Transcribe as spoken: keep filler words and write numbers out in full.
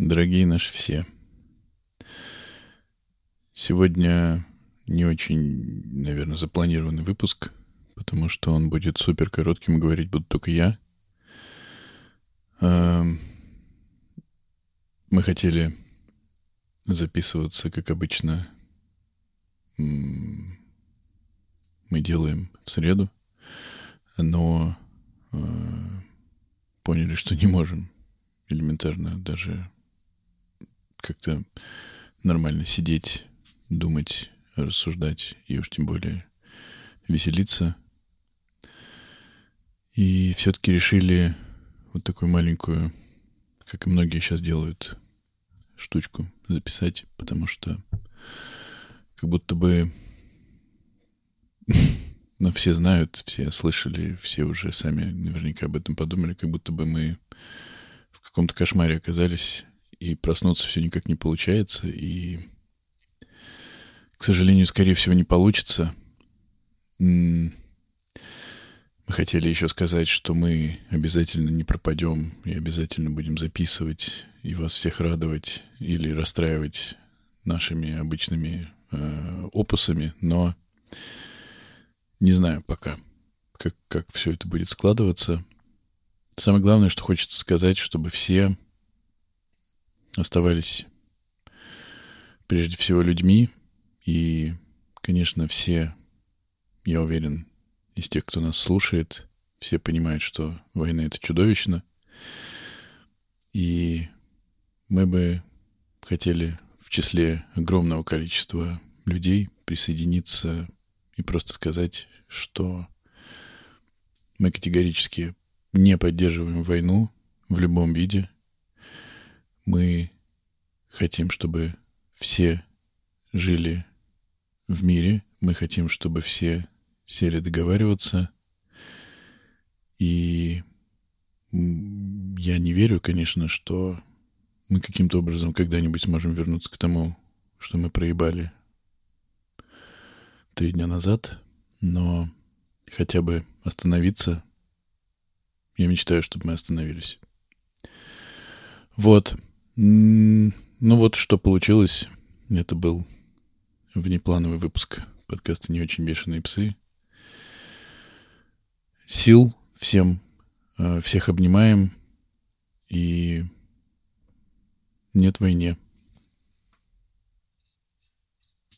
Дорогие наши все, сегодня не очень, наверное, запланированный выпуск, потому что он будет супер коротким, и говорить буду только я. Мы хотели записываться, как обычно, мы делаем в среду, но поняли, что не можем элементарно даже как-то нормально сидеть, думать, рассуждать и уж тем более веселиться. И все-таки решили вот такую маленькую, как и многие сейчас делают, штучку записать, потому что как будто бы ну, все знают, все слышали, все уже сами наверняка об этом подумали, как будто бы мы в каком-то кошмаре оказались, и проснуться все никак не получается, и, к сожалению, скорее всего, не получится. Мы хотели еще сказать, что мы обязательно не пропадем и обязательно будем записывать и вас всех радовать или расстраивать нашими обычными э, опусами, но не знаю пока, как, как все это будет складываться. Самое главное, что хочется сказать, чтобы все оставались прежде всего людьми. И, конечно, все, я уверен, из тех, кто нас слушает, все понимают, что война — это чудовищно. И мы бы хотели в числе огромного количества людей присоединиться и просто сказать, что мы категорически не поддерживаем войну в любом виде. Мы хотим, чтобы все жили в мире. Мы хотим, чтобы все сели договариваться. И я не верю, конечно, что мы каким-то образом когда-нибудь сможем вернуться к тому, что мы проебали три дня назад, но хотя бы остановиться. Я мечтаю, чтобы мы остановились. Вот. Ну вот, что получилось. Это был внеплановый выпуск подкаста «Не очень бешеные псы». Сил всем, всех обнимаем, и нет войне.